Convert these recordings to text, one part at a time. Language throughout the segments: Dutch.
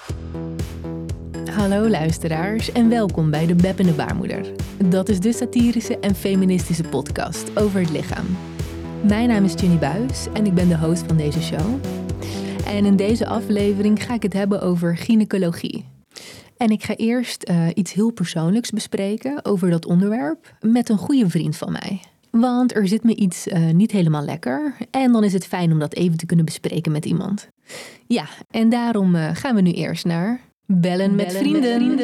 Hallo luisteraars en welkom bij de Beppende Baarmoeder. Dat is de satirische en feministische podcast over het lichaam. Mijn naam is Ginny Buijs en ik ben de host van deze show. En in deze aflevering ga ik het hebben over gynaecologie. En ik ga eerst iets heel persoonlijks bespreken over dat onderwerp met een goede vriend van mij. Want er zit me iets niet helemaal lekker en dan is het fijn om dat even te kunnen bespreken met iemand. Ja, en daarom gaan we nu eerst naar Bellen met vrienden.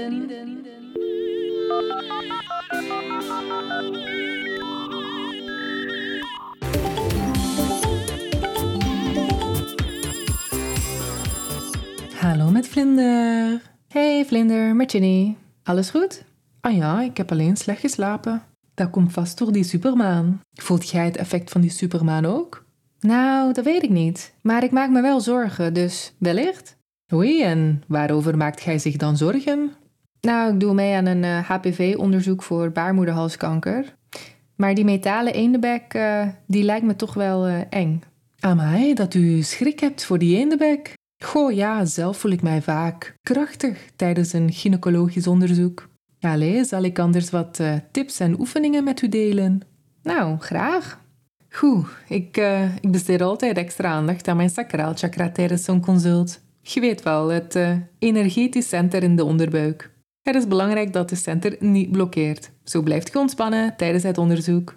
Hallo met Vlinder. Hey Vlinder, met Ginny. Alles goed? Ah ja, ik heb alleen slecht geslapen. Dat komt vast door die supermaan. Voelt jij het effect van die supermaan ook? Nou, dat weet ik niet. Maar ik maak me wel zorgen, dus wellicht. Oei, en waarover maakt jij zich dan zorgen? Nou, ik doe mee aan een HPV-onderzoek voor baarmoederhalskanker. Maar die metalen eendebek, die lijkt me toch wel eng. Amai, dat u schrik hebt voor die eendebek. Goh, ja, zelf voel ik mij vaak krachtig tijdens een gynaecologisch onderzoek. Allee, zal ik anders wat tips en oefeningen met u delen? Nou, graag. Goed, ik besteed altijd extra aandacht aan mijn sacraal chakra tijdens zo'n consult. Je weet wel, het energetisch center in de onderbuik. Het is belangrijk dat de center niet blokkeert. Zo blijft je ontspannen tijdens het onderzoek.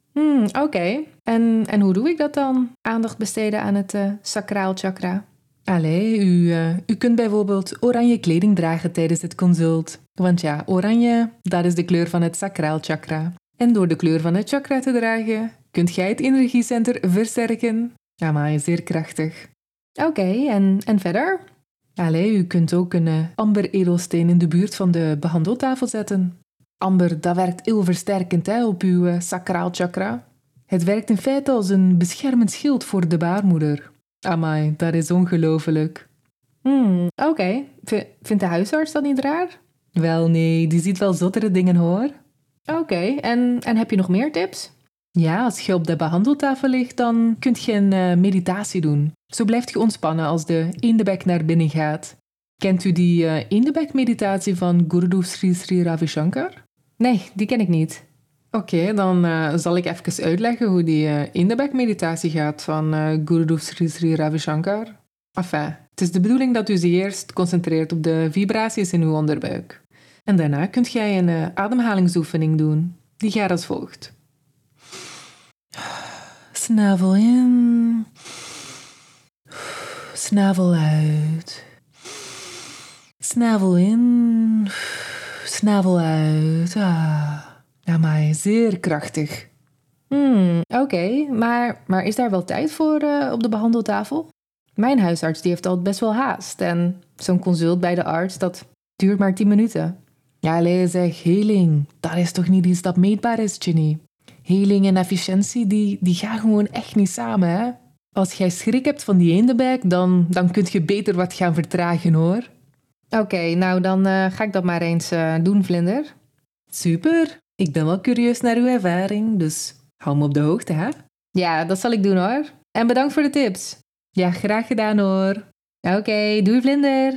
Oké. En hoe doe ik dat dan? Aandacht besteden aan het sacraal chakra? Allee, u kunt bijvoorbeeld oranje kleding dragen tijdens het consult. Want ja, oranje, dat is de kleur van het sacraal chakra. En door de kleur van het chakra te dragen, kunt jij het energiecenter versterken. Ja, maar zeer krachtig. Oké, en verder? Allee, u kunt ook een amber edelsteen in de buurt van de behandeltafel zetten. Amber, dat werkt heel versterkend op uw sacraal chakra. Het werkt in feite als een beschermend schild voor de baarmoeder. Amai, dat is ongelooflijk. Oké. Vindt de huisarts dat niet raar? Wel nee, die ziet wel zottere dingen hoor. Oké, en heb je nog meer tips? Ja, als je op de behandeltafel ligt, dan kun je een meditatie doen. Zo blijft je ontspannen als de eendebek naar binnen gaat. Kent u die eendebek-meditatie van Gurudev Sri Sri Ravi Shankar? Nee, die ken ik niet. Oké, dan zal ik even uitleggen hoe die eendebek-meditatie gaat van Gurudev Sri Sri Ravi Shankar. Enfin, het is de bedoeling dat u zich eerst concentreert op de vibraties in uw onderbuik. En daarna kunt jij een ademhalingsoefening doen. Die gaat als volgt. Snavel in. Snavel uit. Snavel in. Snavel uit. Ja, maar zeer krachtig. Oké, maar is daar wel tijd voor op de behandeltafel? Mijn huisarts die heeft altijd best wel haast. En zo'n consult bij de arts, dat duurt maar 10 minuten. Ja, allee, zeg, heling. Dat is toch niet iets dat meetbaar is, Ginny? Heling en efficiëntie, die gaan gewoon echt niet samen, hè? Als jij schrik hebt van die eendebek, dan kun je beter wat gaan vertragen, hoor. Oké, nou dan ga ik dat maar eens doen, Vlinder. Super. Ik ben wel curieus naar uw ervaring, dus hou me op de hoogte, hè? Ja, dat zal ik doen, hoor. En bedankt voor de tips. Ja, graag gedaan, hoor. Oké, doei, Vlinder.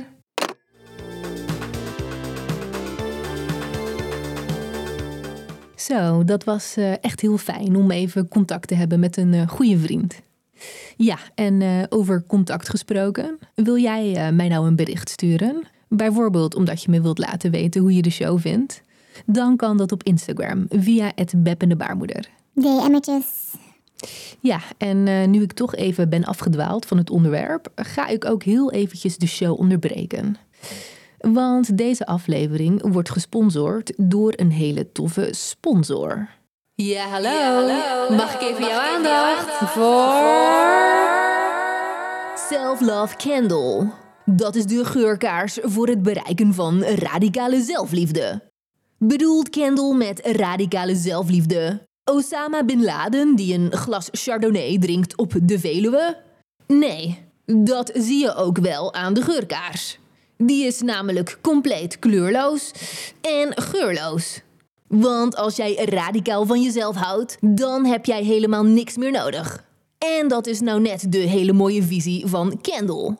Zo, dat was echt heel fijn om even contact te hebben met een goede vriend. Ja, en over contact gesproken, wil jij mij nou een bericht sturen? Bijvoorbeeld omdat je me wilt laten weten hoe je de show vindt? Dan kan dat op Instagram via @beppendebaarmoeder. DM'tjes. Ja, en nu ik toch even ben afgedwaald van het onderwerp, ga ik ook heel eventjes de show onderbreken. Want deze aflevering wordt gesponsord door een hele toffe sponsor. Ja, hallo. Mag ik even jouw aandacht voor Self Love Candle. Dat is de geurkaars voor het bereiken van radicale zelfliefde. Bedoelt Candle met radicale zelfliefde Osama Bin Laden die een glas Chardonnay drinkt op de Veluwe? Nee, dat zie je ook wel aan de geurkaars. Die is namelijk compleet kleurloos en geurloos. Want als jij radicaal van jezelf houdt, dan heb jij helemaal niks meer nodig. En dat is nou net de hele mooie visie van Candle.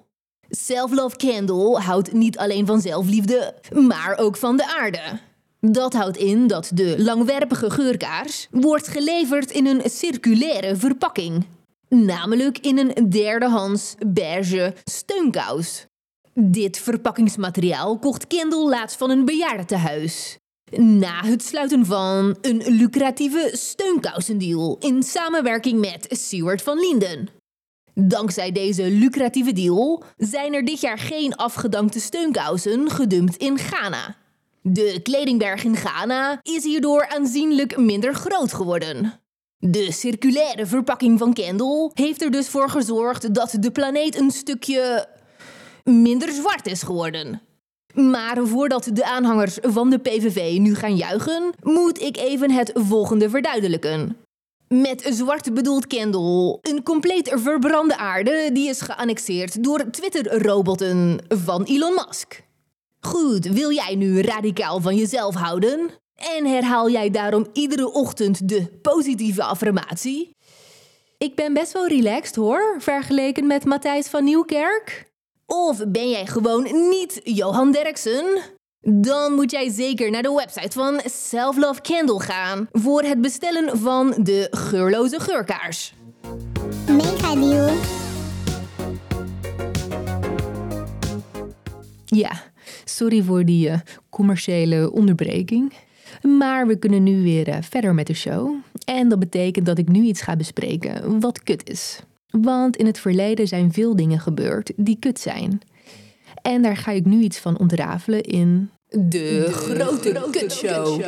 Self-Love Candle houdt niet alleen van zelfliefde, maar ook van de aarde. Dat houdt in dat de langwerpige geurkaars wordt geleverd in een circulaire verpakking. Namelijk in een derdehands beige steunkous. Dit verpakkingsmateriaal kocht Candle laatst van een bejaardentehuis. Na het sluiten van een lucratieve steunkousendeal in samenwerking met Seward van Linden. Dankzij deze lucratieve deal zijn er dit jaar geen afgedankte steunkousen gedumpt in Ghana. De kledingberg in Ghana is hierdoor aanzienlijk minder groot geworden. De circulaire verpakking van Candle heeft er dus voor gezorgd dat de planeet een stukje minder zwart is geworden. Maar voordat de aanhangers van de PVV nu gaan juichen, moet ik even het volgende verduidelijken. Met zwart bedoelt Candle een compleet verbrande aarde die is geannexeerd door Twitter-robotten van Elon Musk. Goed, wil jij nu radicaal van jezelf houden? En herhaal jij daarom iedere ochtend de positieve affirmatie? Ik ben best wel relaxed hoor, vergeleken met Matthijs van Nieuwkerk. Of ben jij gewoon niet Johan Derksen? Dan moet jij zeker naar de website van Self-Love Candle gaan voor het bestellen van de geurloze geurkaars. Mega deal. Ja, sorry voor die commerciële onderbreking. Maar we kunnen nu weer verder met de show. En dat betekent dat ik nu iets ga bespreken wat kut is. Want in het verleden zijn veel dingen gebeurd die kut zijn. En daar ga ik nu iets van ontrafelen in de grote kutshow.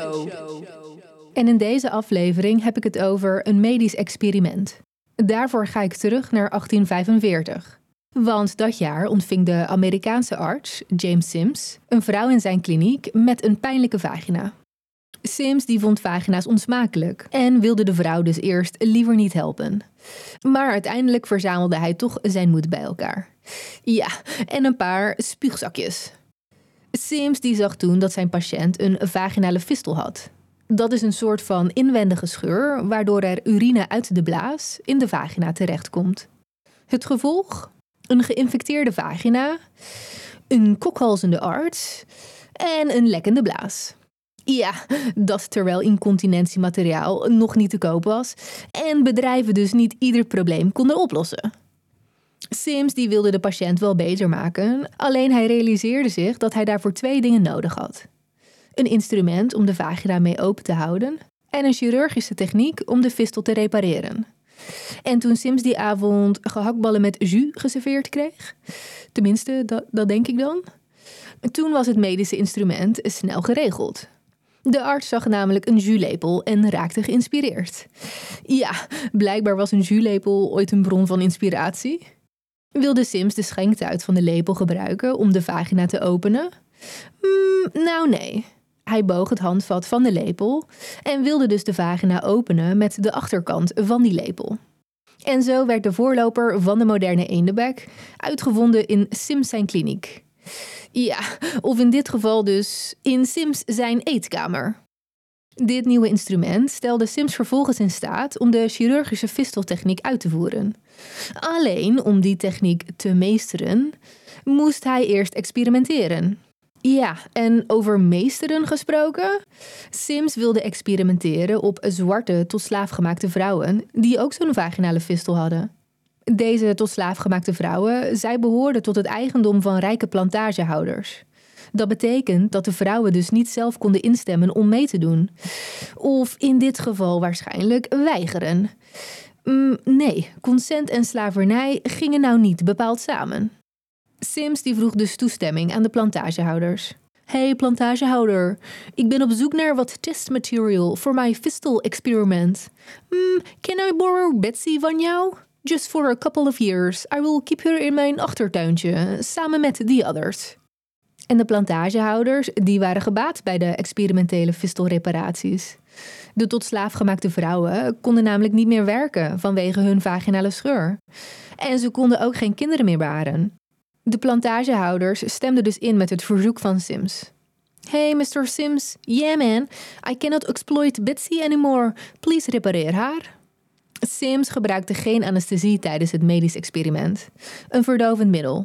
En in deze aflevering heb ik het over een medisch experiment. Daarvoor ga ik terug naar 1845. Want dat jaar ontving de Amerikaanse arts, James Sims, een vrouw in zijn kliniek met een pijnlijke vagina. Sims die vond vagina's onsmakelijk en wilde de vrouw dus eerst liever niet helpen. Maar uiteindelijk verzamelde hij toch zijn moed bij elkaar. Ja, en een paar spuugzakjes. Sims die zag toen dat zijn patiënt een vaginale fistel had. Dat is een soort van inwendige scheur waardoor er urine uit de blaas in de vagina terechtkomt. Het gevolg? Een geïnfecteerde vagina, een kokhalzende arts en een lekkende blaas. Ja, dat terwijl incontinentiemateriaal nog niet te koop was en bedrijven dus niet ieder probleem konden oplossen. Sims die wilde de patiënt wel beter maken, alleen hij realiseerde zich dat hij daarvoor 2 dingen nodig had. Een instrument om de vagina mee open te houden en een chirurgische techniek om de fistel te repareren. En toen Sims die avond gehaktballen met jus geserveerd kreeg, tenminste, dat denk ik dan, toen was het medische instrument snel geregeld. De arts zag namelijk een juslepel en raakte geïnspireerd. Ja, blijkbaar was een juslepel ooit een bron van inspiratie. Wilde Sims de schenktuit van de lepel gebruiken om de vagina te openen? Nou nee. Hij boog het handvat van de lepel en wilde dus de vagina openen met de achterkant van die lepel. En zo werd de voorloper van de moderne eendebek uitgevonden in Sims zijn kliniek. Ja, of in dit geval dus in Sims zijn eetkamer. Dit nieuwe instrument stelde Sims vervolgens in staat om de chirurgische fisteltechniek uit te voeren. Alleen om die techniek te meesteren, moest hij eerst experimenteren. Ja, en over meesteren gesproken? Sims wilde experimenteren op zwarte tot slaafgemaakte vrouwen die ook zo'n vaginale fistel hadden. Deze tot slaafgemaakte vrouwen, zij behoorden tot het eigendom van rijke plantagehouders. Dat betekent dat de vrouwen dus niet zelf konden instemmen om mee te doen. Of in dit geval waarschijnlijk weigeren. Nee, consent en slavernij gingen nou niet bepaald samen. Sims die vroeg dus toestemming aan de plantagehouders. Hey plantagehouder, ik ben op zoek naar wat testmaterial voor mijn fistel experiment. Can I borrow Betsy van jou? Just for a couple of years. I will keep her in mijn achtertuintje, samen met the others. En de plantagehouders, die waren gebaat bij de experimentele fistelreparaties. De tot slaaf gemaakte vrouwen konden namelijk niet meer werken vanwege hun vaginale scheur. En ze konden ook geen kinderen meer baren. De plantagehouders stemden dus in met het verzoek van Sims. Hey Mr. Sims, yeah man, I cannot exploit Betsy anymore. Please repareer haar. Sims gebruikte geen anesthesie tijdens het medisch experiment. Een verdovend middel.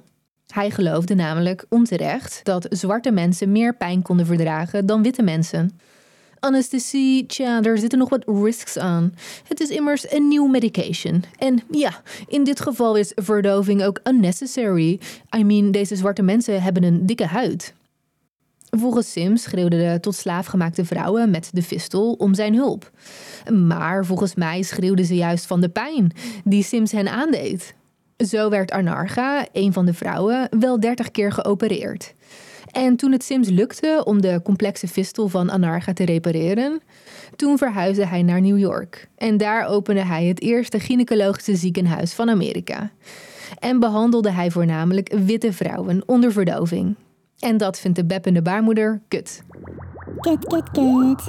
Hij geloofde namelijk onterecht dat zwarte mensen meer pijn konden verdragen dan witte mensen. Anesthesie, tja, daar zitten nog wat risks aan. Het is immers een nieuw medication. En ja, in dit geval is verdoving ook unnecessary. I mean, deze zwarte mensen hebben een dikke huid. Volgens Sims schreeuwden de tot slaaf gemaakte vrouwen met de fistel om zijn hulp. Maar volgens mij schreeuwden ze juist van de pijn die Sims hen aandeed. Zo werd Anarcha, een van de vrouwen, wel 30 keer geopereerd. En toen het Sims lukte om de complexe fistel van Anarcha te repareren, toen verhuisde hij naar New York. En daar opende hij het eerste gynaecologische ziekenhuis van Amerika. En behandelde hij voornamelijk witte vrouwen onder verdoving. En dat vindt de beppende baarmoeder kut. Kut.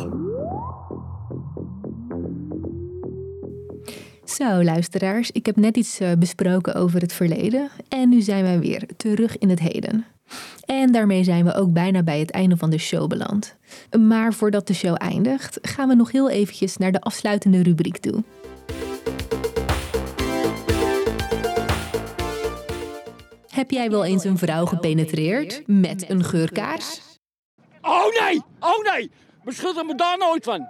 Zo, luisteraars, ik heb net iets besproken over het verleden. En nu zijn we weer terug in het heden. En daarmee zijn we ook bijna bij het einde van de show beland. Maar voordat de show eindigt, gaan we nog heel eventjes naar de afsluitende rubriek toe. Heb jij wel eens een vrouw gepenetreerd met een geurkaars? Oh nee! Beschuldig me daar nooit van!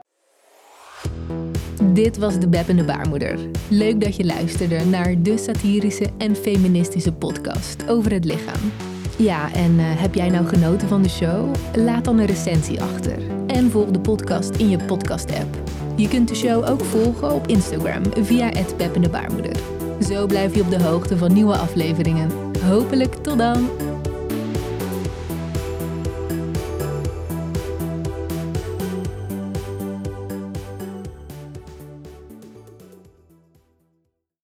Dit was de beppende baarmoeder. Leuk dat je luisterde naar de satirische en feministische podcast over het lichaam. Ja, en heb jij nou genoten van de show? Laat dan een recensie achter. En volg de podcast in je podcast-app. Je kunt de show ook volgen op Instagram via @beppendebaarmoeder. Zo blijf je op de hoogte van nieuwe afleveringen. Hopelijk tot dan!